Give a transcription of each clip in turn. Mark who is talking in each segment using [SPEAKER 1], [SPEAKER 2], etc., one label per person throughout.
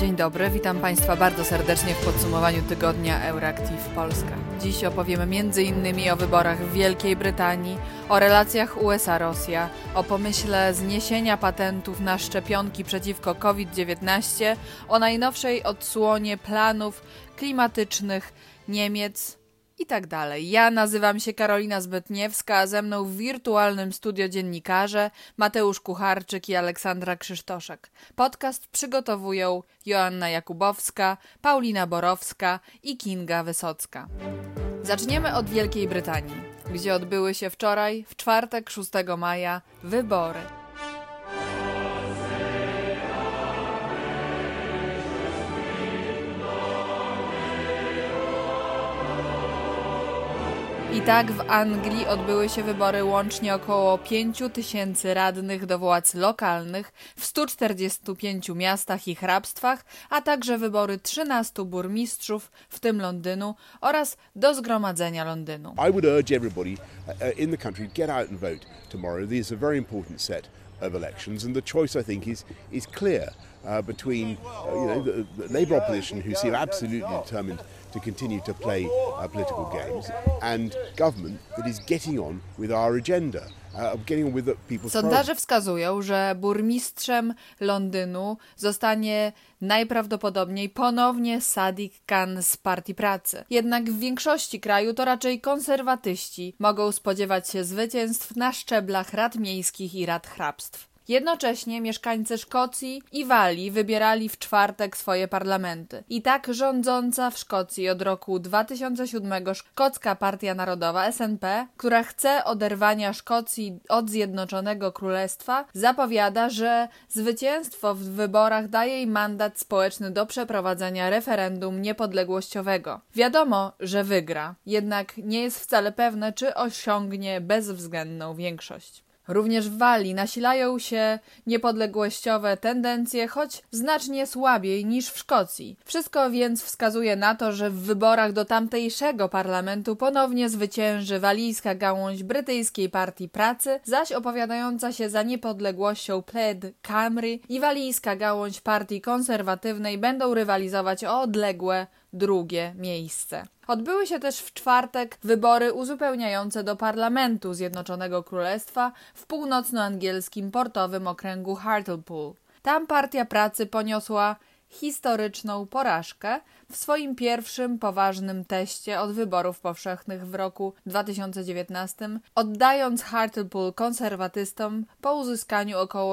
[SPEAKER 1] Dzień dobry, witam Państwa bardzo serdecznie w podsumowaniu tygodnia Euractiv Polska. Dziś opowiemy m.in. o wyborach w Wielkiej Brytanii, o relacjach USA-Rosja, o pomyśle zniesienia patentów na szczepionki przeciwko COVID-19, o najnowszej odsłonie planów klimatycznych Niemiec i tak dalej. Ja nazywam się Karolina Zbytniewska, a ze mną w wirtualnym studio dziennikarze Mateusz Kucharczyk i Aleksandra Krzysztoszek. Podcast przygotowują Joanna Jakubowska, Paulina Borowska i Kinga Wysocka. Zaczniemy od Wielkiej Brytanii, gdzie odbyły się wczoraj, w czwartek 6 maja, wybory. I tak w Anglii odbyły się wybory łącznie około 5 000 radnych do władz lokalnych w 145 miastach i hrabstwach, a także wybory 13 burmistrzów, w tym Londynu, oraz do Zgromadzenia Londynu.
[SPEAKER 2] I would urge everybody in the country get out and vote tomorrow. This is a very important set of elections, and the choice, I think, is clear between the Labour opposition, who seem absolutely determined to continue to play political games, and government that is getting on with our agenda, getting on with the people's.
[SPEAKER 1] Sondaże wskazują, że burmistrzem Londynu zostanie najprawdopodobniej ponownie Sadiq Khan z Partii Pracy. Jednak w większości kraju to raczej konserwatyści mogą spodziewać się zwycięstw na szczeblach rad miejskich i rad hrabstw. Jednocześnie mieszkańcy Szkocji i Walii wybierali w czwartek swoje parlamenty. I tak rządząca w Szkocji od roku 2007 Szkocka Partia Narodowa SNP, która chce oderwania Szkocji od Zjednoczonego Królestwa, zapowiada, że zwycięstwo w wyborach daje jej mandat społeczny do przeprowadzenia referendum niepodległościowego. Wiadomo, że wygra, jednak nie jest wcale pewne, czy osiągnie bezwzględną większość. Również w Walii nasilają się niepodległościowe tendencje, choć znacznie słabiej niż w Szkocji. Wszystko więc wskazuje na to, że w wyborach do tamtejszego parlamentu ponownie zwycięży walijska gałąź brytyjskiej Partii Pracy, zaś opowiadająca się za niepodległością Plaid Cymru i walijska gałąź Partii Konserwatywnej będą rywalizować o odległe drugie miejsce. Odbyły się też w czwartek wybory uzupełniające do Parlamentu Zjednoczonego Królestwa w północnoangielskim portowym okręgu Hartlepool. Tam Partia Pracy poniosła historyczną porażkę w swoim pierwszym poważnym teście od wyborów powszechnych w roku 2019, oddając Hartlepool konserwatystom po uzyskaniu około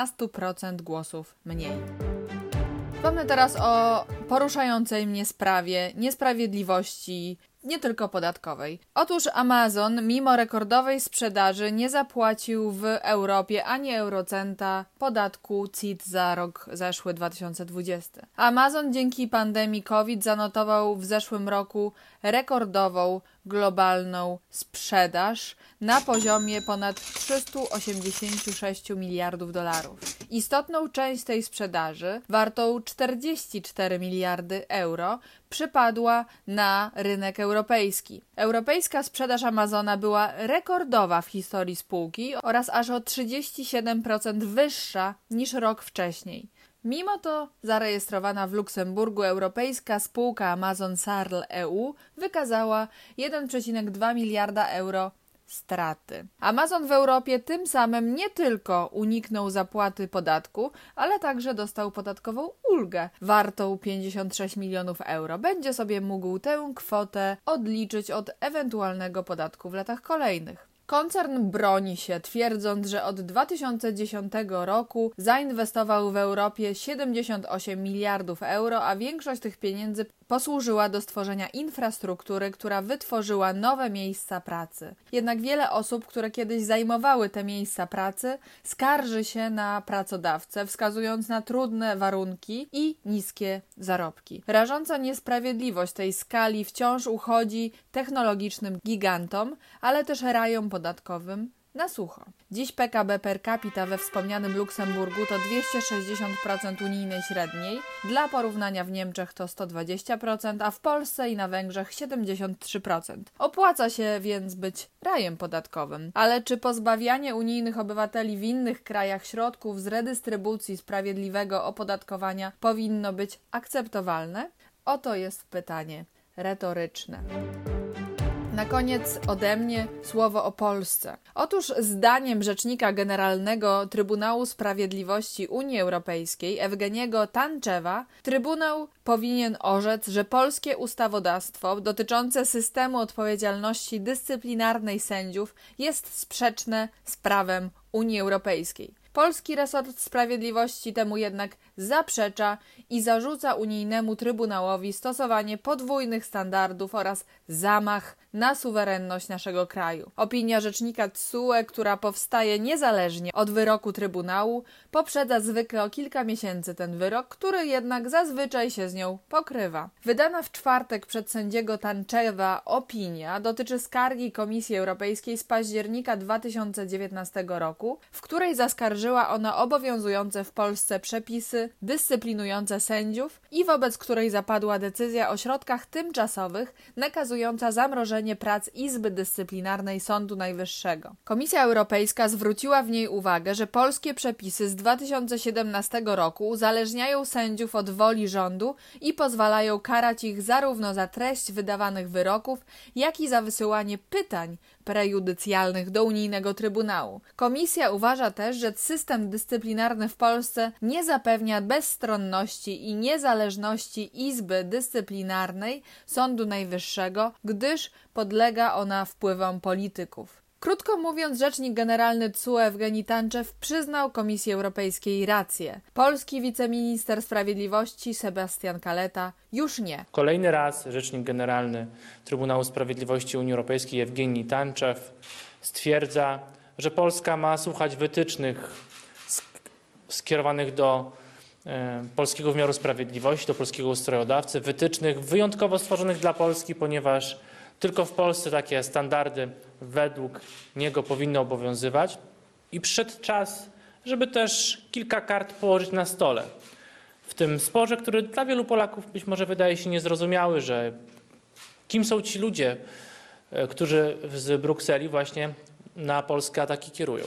[SPEAKER 1] 16% głosów mniej. Wspomnę teraz o poruszającej mnie sprawie niesprawiedliwości, nie tylko podatkowej. Otóż Amazon, mimo rekordowej sprzedaży, nie zapłacił w Europie ani eurocenta podatku CIT za rok zeszły 2020. Amazon dzięki pandemii COVID zanotował w zeszłym roku rekordową globalną sprzedaż na poziomie ponad 386 miliardów dolarów. Istotną część tej sprzedaży, wartą 44 miliardy euro, przypadła na rynek europejski. Europejska sprzedaż Amazona była rekordowa w historii spółki oraz aż o 37% wyższa niż rok wcześniej. Mimo to zarejestrowana w Luksemburgu europejska spółka Amazon Sarl EU wykazała 1,2 miliarda euro straty. Amazon w Europie tym samym nie tylko uniknął zapłaty podatku, ale także dostał podatkową ulgę wartą 56 milionów euro. Będzie sobie mógł tę kwotę odliczyć od ewentualnego podatku w latach kolejnych. Koncern broni się, twierdząc, że od 2010 roku zainwestował w Europie 78 miliardów euro, a większość tych pieniędzy posłużyła do stworzenia infrastruktury, która wytworzyła nowe miejsca pracy. Jednak wiele osób, które kiedyś zajmowały te miejsca pracy, skarży się na pracodawcę, wskazując na trudne warunki i niskie zarobki. Rażąca niesprawiedliwość tej skali wciąż uchodzi technologicznym gigantom, ale też rajom podatkowym na sucho. Dziś PKB per capita we wspomnianym Luksemburgu to 260% unijnej średniej, dla porównania w Niemczech to 120%, a w Polsce i na Węgrzech 73%. Opłaca się więc być rajem podatkowym. Ale czy pozbawianie unijnych obywateli w innych krajach środków z redystrybucji sprawiedliwego opodatkowania powinno być akceptowalne? Oto jest pytanie retoryczne. Na koniec ode mnie słowo o Polsce. Otóż zdaniem rzecznika generalnego Trybunału Sprawiedliwości Unii Europejskiej Ewgeniego Tanczewa, Trybunał powinien orzec, że polskie ustawodawstwo dotyczące systemu odpowiedzialności dyscyplinarnej sędziów jest sprzeczne z prawem Unii Europejskiej. Polski resort sprawiedliwości temu jednak zaprzecza i zarzuca unijnemu trybunałowi stosowanie podwójnych standardów oraz zamach na suwerenność naszego kraju. Opinia rzecznika TSUE, która powstaje niezależnie od wyroku Trybunału, poprzedza zwykle o kilka miesięcy ten wyrok, który jednak zazwyczaj się z nią pokrywa. Wydana w czwartek przez sędziego Tanczewa opinia dotyczy skargi Komisji Europejskiej z października 2019 roku, w której zaskarżyła ona obowiązujące w Polsce przepisy dyscyplinujące sędziów i wobec której zapadła decyzja o środkach tymczasowych nakazująca zamrożenie prac Izby Dyscyplinarnej Sądu Najwyższego. Komisja Europejska zwróciła w niej uwagę, że polskie przepisy z 2017 roku uzależniają sędziów od woli rządu i pozwalają karać ich zarówno za treść wydawanych wyroków, jak i za wysyłanie pytań prejudycjalnych do unijnego Trybunału. Komisja uważa też, że system dyscyplinarny w Polsce nie zapewnia bezstronności i niezależności Izby Dyscyplinarnej Sądu Najwyższego, gdyż podlega ona wpływom polityków. Krótko mówiąc, rzecznik generalny TSUE Ewgeni Tanczew przyznał Komisji Europejskiej rację. Polski wiceminister sprawiedliwości Sebastian Kaleta już nie.
[SPEAKER 3] Kolejny raz rzecznik generalny Trybunału Sprawiedliwości Unii Europejskiej Ewgeni Tanczew stwierdza, że Polska ma słuchać wytycznych skierowanych do polskiego wymiaru sprawiedliwości, do polskiego ustrojodawcy, wytycznych wyjątkowo stworzonych dla Polski, ponieważ tylko w Polsce takie standardy według niego powinny obowiązywać i przyszedł czas, żeby też kilka kart położyć na stole. W tym sporze, który dla wielu Polaków być może wydaje się niezrozumiały, że kim są ci ludzie, którzy z Brukseli właśnie na Polskę ataki kierują.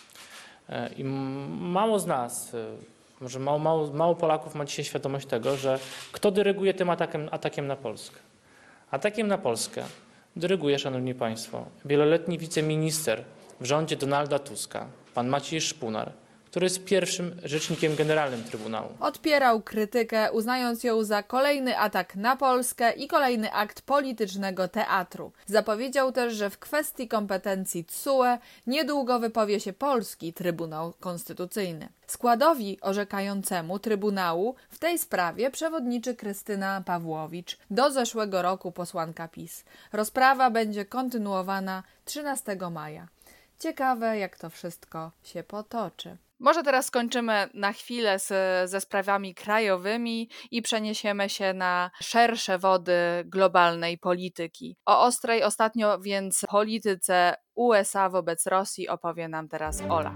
[SPEAKER 3] I mało z nas, może mało Polaków ma dzisiaj świadomość tego, że kto dyryguje tym atakiem na Polskę. Atakiem na Polskę dyryguje, szanowni państwo, wieloletni wiceminister w rządzie Donalda Tuska, pan Maciej Szpunar, który jest pierwszym rzecznikiem generalnym Trybunału.
[SPEAKER 1] Odpierał krytykę, uznając ją za kolejny atak na Polskę i kolejny akt politycznego teatru. Zapowiedział też, że w kwestii kompetencji TSUE niedługo wypowie się polski Trybunał Konstytucyjny. Składowi orzekającemu Trybunału w tej sprawie przewodniczy Krystyna Pawłowicz, do zeszłego roku posłanka PiS. Rozprawa będzie kontynuowana 13 maja. Ciekawe, jak to wszystko się potoczy. Może teraz skończymy na chwilę ze sprawami krajowymi i przeniesiemy się na szersze wody globalnej polityki. O ostrej ostatnio więc polityce USA wobec Rosji opowie nam teraz Ola.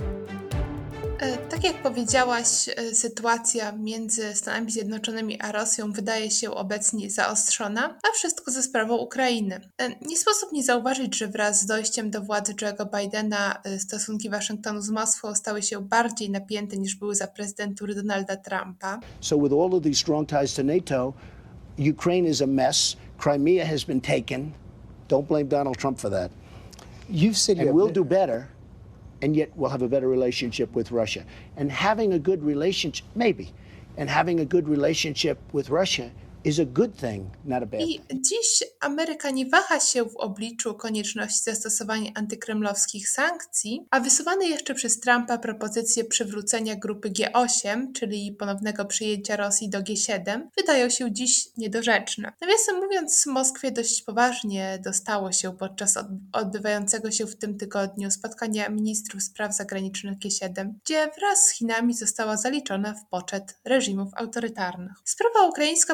[SPEAKER 4] Tak jak powiedziałaś, sytuacja między Stanami Zjednoczonymi a Rosją wydaje się obecnie zaostrzona, a wszystko ze sprawą Ukrainy. Nie sposób nie zauważyć, że wraz z dojściem do władzy Joe'ego Bidena stosunki Waszyngtonu z Moskwą stały się bardziej napięte niż były za prezydentury Donalda Trumpa.
[SPEAKER 5] So with all of these strong ties to NATO, Ukraine is a mess. Crimea has been taken. Don't blame Donald Trump for that.
[SPEAKER 6] You've said
[SPEAKER 5] And we'll do better. And yet we'll have a better relationship with Russia. And having a good relationship, maybe, and having a good relationship with Russia is a good thing, not a bad thing.
[SPEAKER 4] I dziś Ameryka nie waha się w obliczu konieczności zastosowania antykremlowskich sankcji, a wysuwane jeszcze przez Trumpa propozycje przywrócenia grupy G8, czyli ponownego przyjęcia Rosji do G7, wydają się dziś niedorzeczne. Nawiasem mówiąc, Moskwie dość poważnie dostało się podczas odbywającego się w tym tygodniu spotkania ministrów spraw zagranicznych G7, gdzie wraz z Chinami została zaliczona w poczet reżimów autorytarnych. Sprawa ukraińska poważnie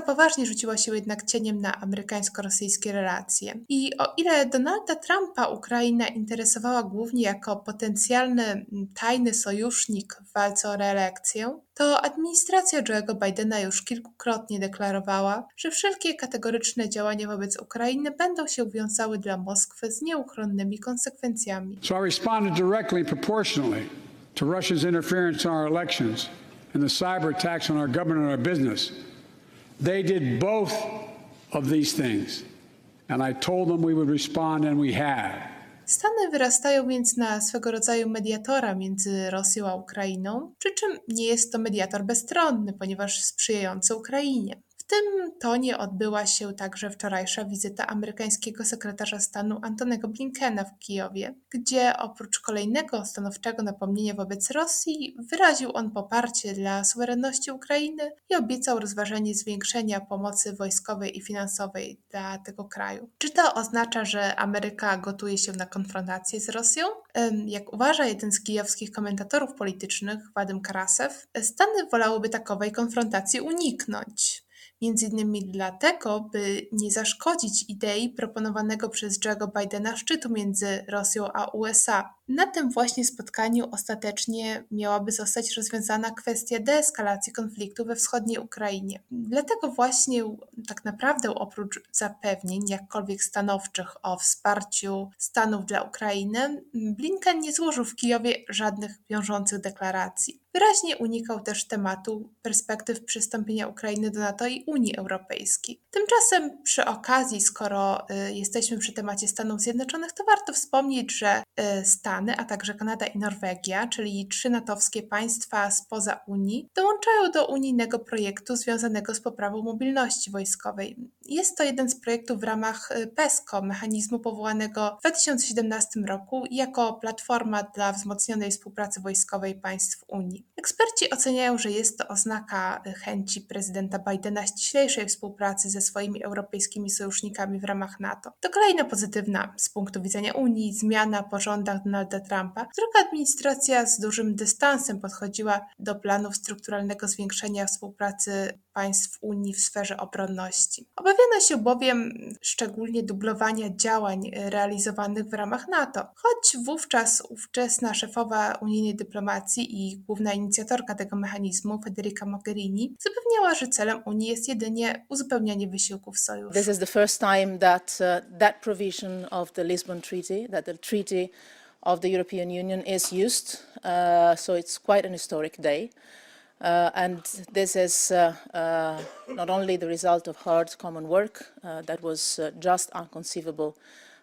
[SPEAKER 4] wyraźnie rzuciła się jednak cieniem na amerykańsko-rosyjskie relacje. I o ile Donalda Trumpa Ukraina interesowała głównie jako potencjalny tajny sojusznik w walce o reelekcję, to administracja Joe'ego Bidena już kilkukrotnie deklarowała, że wszelkie kategoryczne działania wobec Ukrainy będą się wiązały dla Moskwy z nieuchronnymi konsekwencjami.
[SPEAKER 6] So I responded directly and proportionally to Russia's interference in our elections and the cyber attacks on our government and our business. They did both of these things, and I told them we would respond, and we have.
[SPEAKER 4] Stany wyrastają więc na swego rodzaju mediatora między Rosją a Ukrainą, przy czym nie jest to mediator bezstronny, ponieważ sprzyjający Ukrainie. W tym tonie odbyła się także wczorajsza wizyta amerykańskiego sekretarza stanu Antonego Blinkena w Kijowie, gdzie oprócz kolejnego stanowczego napomnienia wobec Rosji wyraził on poparcie dla suwerenności Ukrainy i obiecał rozważenie zwiększenia pomocy wojskowej i finansowej dla tego kraju. Czy to oznacza, że Ameryka gotuje się na konfrontację z Rosją? Jak uważa jeden z kijowskich komentatorów politycznych, Wadim Karasew, Stany wolałyby takowej konfrontacji uniknąć. Między innymi dlatego, by nie zaszkodzić idei proponowanego przez Joe'ego Bidena szczytu między Rosją a USA. Na tym właśnie spotkaniu ostatecznie miałaby zostać rozwiązana kwestia deeskalacji konfliktu we wschodniej Ukrainie. Dlatego właśnie tak naprawdę oprócz zapewnień jakkolwiek stanowczych o wsparciu Stanów dla Ukrainy, Blinken nie złożył w Kijowie żadnych wiążących deklaracji. Wyraźnie unikał też tematu perspektyw przystąpienia Ukrainy do NATO i Unii Europejskiej. Tymczasem przy okazji, skoro jesteśmy przy temacie Stanów Zjednoczonych, to warto wspomnieć, że Stany, a także Kanada i Norwegia, czyli 3 natowskie państwa spoza Unii, dołączają do unijnego projektu związanego z poprawą mobilności wojskowej. Jest to jeden z projektów w ramach PESCO, mechanizmu powołanego w 2017 roku jako platforma dla wzmocnionej współpracy wojskowej państw Unii. Eksperci oceniają, że jest to oznaka chęci prezydenta Bidena ściślejszej współpracy ze swoimi europejskimi sojusznikami w ramach NATO. To kolejna pozytywna z punktu widzenia Unii zmiana po rządach Donalda Trumpa. Druga administracja z dużym dystansem podchodziła do planów strukturalnego zwiększenia współpracy państw Unii w sferze obronności. Obawiano się bowiem szczególnie dublowania działań realizowanych w ramach NATO, choć wówczas ówczesna szefowa unijnej dyplomacji i główna inicjatorka tego mechanizmu, Federica Mogherini, zapewniała, że celem Unii jest jedynie uzupełnianie wysiłków sojuszu.
[SPEAKER 7] This is the first time that that provision of the Lisbon Treaty, that the Treaty of the European Union is used, so it's quite an historic day. And this is not only the result of hard common work that was just unconceivable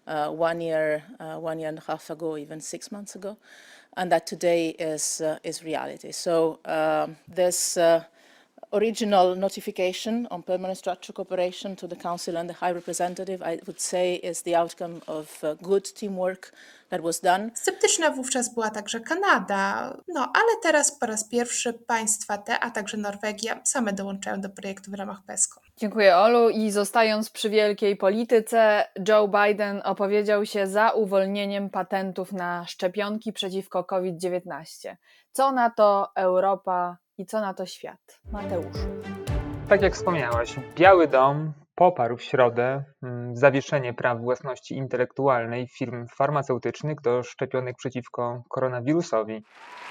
[SPEAKER 7] 1 year and a half ago, even 6 months ago, and that today is reality. So this original notification on permanent structured cooperation to the Council and the High Representative, I would say, is the outcome of good teamwork that was done.
[SPEAKER 4] Sceptyczna wówczas była także Kanada, ale teraz po raz pierwszy państwa te, a także Norwegia same dołączają do projektu w ramach PESCO.
[SPEAKER 1] Dziękuję, Olu. I zostając przy wielkiej polityce, Joe Biden opowiedział się za uwolnieniem patentów na szczepionki przeciwko COVID-19. Co na to Europa i co na to świat? Mateuszu.
[SPEAKER 8] Tak jak wspomniałaś, Biały Dom poparł w środę zawieszenie praw własności intelektualnej firm farmaceutycznych do szczepionek przeciwko koronawirusowi.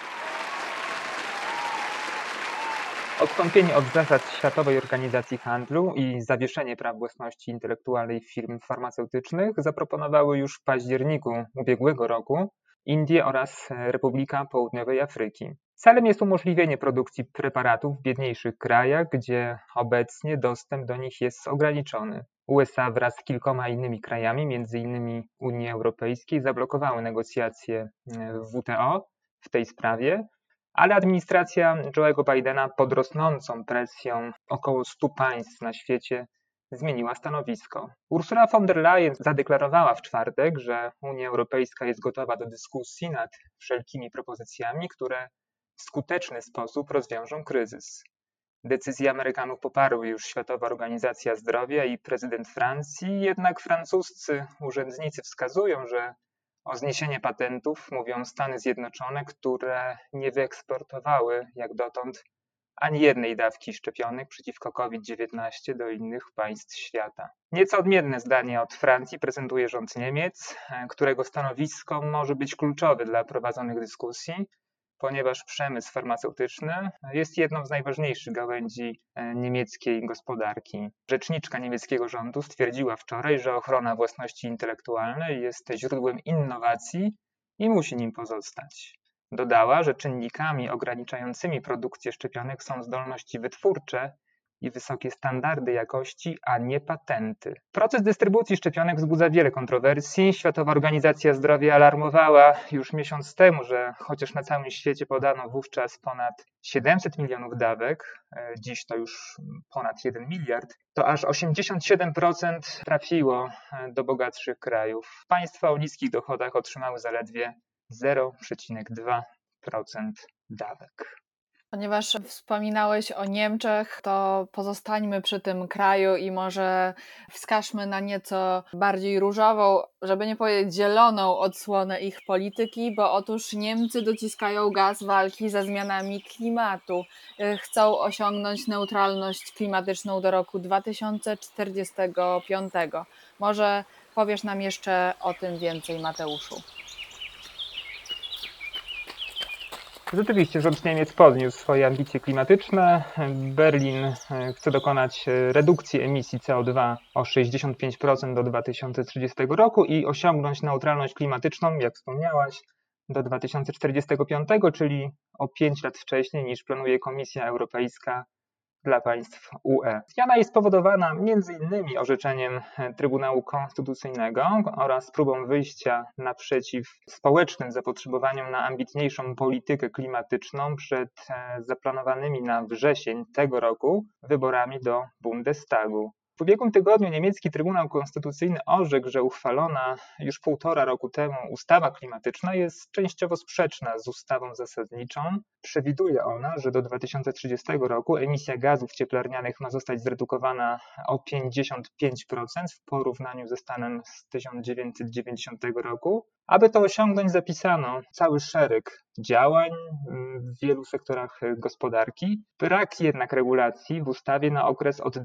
[SPEAKER 8] Odstąpienie od zasad Światowej Organizacji Handlu i zawieszenie praw własności intelektualnej firm farmaceutycznych zaproponowały już w październiku ubiegłego roku Indie oraz Republika Południowej Afryki. Celem jest umożliwienie produkcji preparatów w biedniejszych krajach, gdzie obecnie dostęp do nich jest ograniczony. USA wraz z kilkoma innymi krajami, m.in. Unii Europejskiej, zablokowały negocjacje w WTO w tej sprawie, ale administracja Joe'ego Bidena pod rosnącą presją około 100 państw na świecie zmieniła stanowisko. Ursula von der Leyen zadeklarowała w czwartek, że Unia Europejska jest gotowa do dyskusji nad wszelkimi propozycjami, które w skuteczny sposób rozwiążą kryzys. Decyzję Amerykanów poparły już Światowa Organizacja Zdrowia i prezydent Francji, jednak francuscy urzędnicy wskazują, że o zniesienie patentów mówią Stany Zjednoczone, które nie wyeksportowały jak dotąd ani jednej dawki szczepionek przeciwko COVID-19 do innych państw świata. Nieco odmienne zdanie od Francji prezentuje rząd Niemiec, którego stanowisko może być kluczowe dla prowadzonych dyskusji, ponieważ przemysł farmaceutyczny jest jedną z najważniejszych gałęzi niemieckiej gospodarki. Rzeczniczka niemieckiego rządu stwierdziła wczoraj, że ochrona własności intelektualnej jest źródłem innowacji i musi nim pozostać. Dodała, że czynnikami ograniczającymi produkcję szczepionek są zdolności wytwórcze i wysokie standardy jakości, a nie patenty. Proces dystrybucji szczepionek wzbudza wiele kontrowersji. Światowa Organizacja Zdrowia alarmowała już miesiąc temu, że chociaż na całym świecie podano wówczas ponad 700 milionów dawek, dziś to już ponad 1 miliard, to aż 87% trafiło do bogatszych krajów. Państwa o niskich dochodach otrzymały zaledwie 0,2% dawek.
[SPEAKER 1] Ponieważ wspominałeś o Niemczech, to pozostańmy przy tym kraju i może wskażmy na nieco bardziej różową, żeby nie powiedzieć zieloną odsłonę ich polityki, bo otóż Niemcy dociskają gaz walki ze zmianami klimatu. Chcą osiągnąć neutralność klimatyczną do roku 2045. Może powiesz nam jeszcze o tym więcej, Mateuszu?
[SPEAKER 8] Rzeczywiście rząd Niemiec podniósł swoje ambicje klimatyczne. Berlin chce dokonać redukcji emisji CO2 o 65% do 2030 roku i osiągnąć neutralność klimatyczną, jak wspomniałaś, do 2045, czyli o 5 lat wcześniej niż planuje Komisja Europejska dla państw UE. Zmiana jest spowodowana m.in. orzeczeniem Trybunału Konstytucyjnego oraz próbą wyjścia naprzeciw społecznym zapotrzebowaniom na ambitniejszą politykę klimatyczną przed zaplanowanymi na wrzesień tego roku wyborami do Bundestagu. W ubiegłym tygodniu niemiecki Trybunał Konstytucyjny orzekł, że uchwalona już 1,5 roku temu ustawa klimatyczna jest częściowo sprzeczna z ustawą zasadniczą. Przewiduje ona, że do 2030 roku emisja gazów cieplarnianych ma zostać zredukowana o 55% w porównaniu ze stanem z 1990 roku. Aby to osiągnąć, zapisano cały szereg działań w wielu sektorach gospodarki. Brak jednak regulacji w ustawie na okres od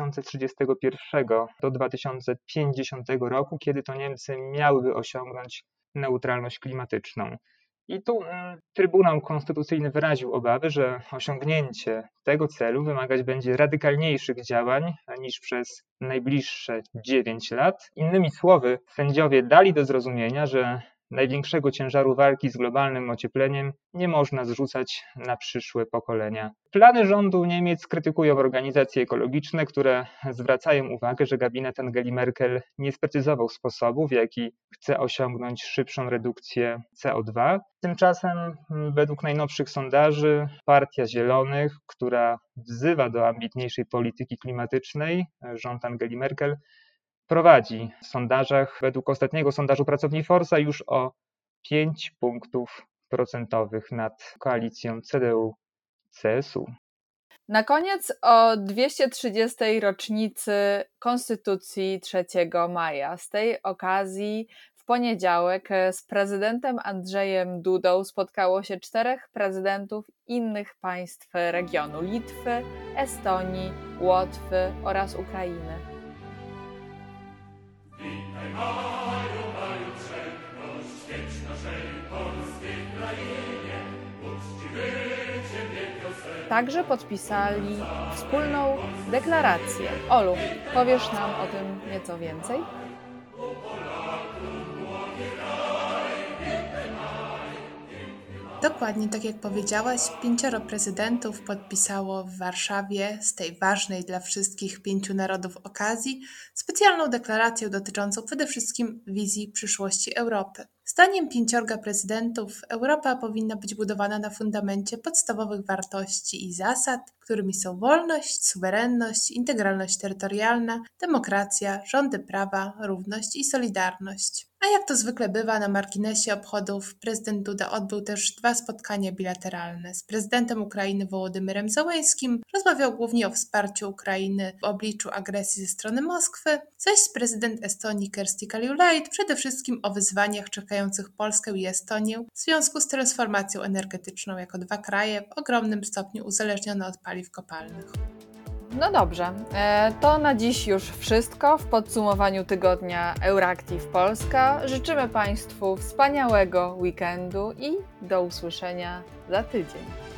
[SPEAKER 8] 2031 do 2050 roku, kiedy to Niemcy miałyby osiągnąć neutralność klimatyczną. I tu Trybunał Konstytucyjny wyraził obawy, że osiągnięcie tego celu wymagać będzie radykalniejszych działań niż przez najbliższe 9 lat. Innymi słowy, sędziowie dali do zrozumienia, że największego ciężaru walki z globalnym ociepleniem nie można zrzucać na przyszłe pokolenia. Plany rządu Niemiec krytykują organizacje ekologiczne, które zwracają uwagę, że gabinet Angeli Merkel nie sprecyzował sposobu, w jaki chce osiągnąć szybszą redukcję CO2. Tymczasem według najnowszych sondaży Partia Zielonych, która wzywa do ambitniejszej polityki klimatycznej, rząd Angeli Merkel, prowadzi w sondażach, według ostatniego sondażu pracowni Forsa, już o 5 punktów procentowych nad koalicją CDU-CSU.
[SPEAKER 1] Na koniec o 230. rocznicy Konstytucji 3 maja. Z tej okazji w poniedziałek z prezydentem Andrzejem Dudą spotkało się 4 prezydentów innych państw regionu: Litwy, Estonii, Łotwy oraz Ukrainy. Także podpisali wspólną deklarację. Olu, powiesz nam o tym nieco więcej?
[SPEAKER 4] Dokładnie tak jak powiedziałaś, 5 prezydentów podpisało w Warszawie z tej ważnej dla wszystkich 5 narodów okazji specjalną deklarację dotyczącą przede wszystkim wizji przyszłości Europy. Zdaniem 5 prezydentów Europa powinna być budowana na fundamencie podstawowych wartości i zasad, którymi są wolność, suwerenność, integralność terytorialna, demokracja, rządy prawa, równość i solidarność. A jak to zwykle bywa na marginesie obchodów, prezydent Duda odbył też 2 spotkania bilateralne. Z prezydentem Ukrainy Wołodymyrem Zełenskim rozmawiał głównie o wsparciu Ukrainy w obliczu agresji ze strony Moskwy, zaś z prezydent Estonii Kersti Kaljulaid przede wszystkim o wyzwaniach czekających Polskę i Estonię w związku z transformacją energetyczną jako 2 kraje w ogromnym stopniu uzależnione od paliw kopalnych.
[SPEAKER 1] No dobrze, to na dziś już wszystko w podsumowaniu tygodnia Euractiv Polska. Życzymy Państwu wspaniałego weekendu i do usłyszenia za tydzień.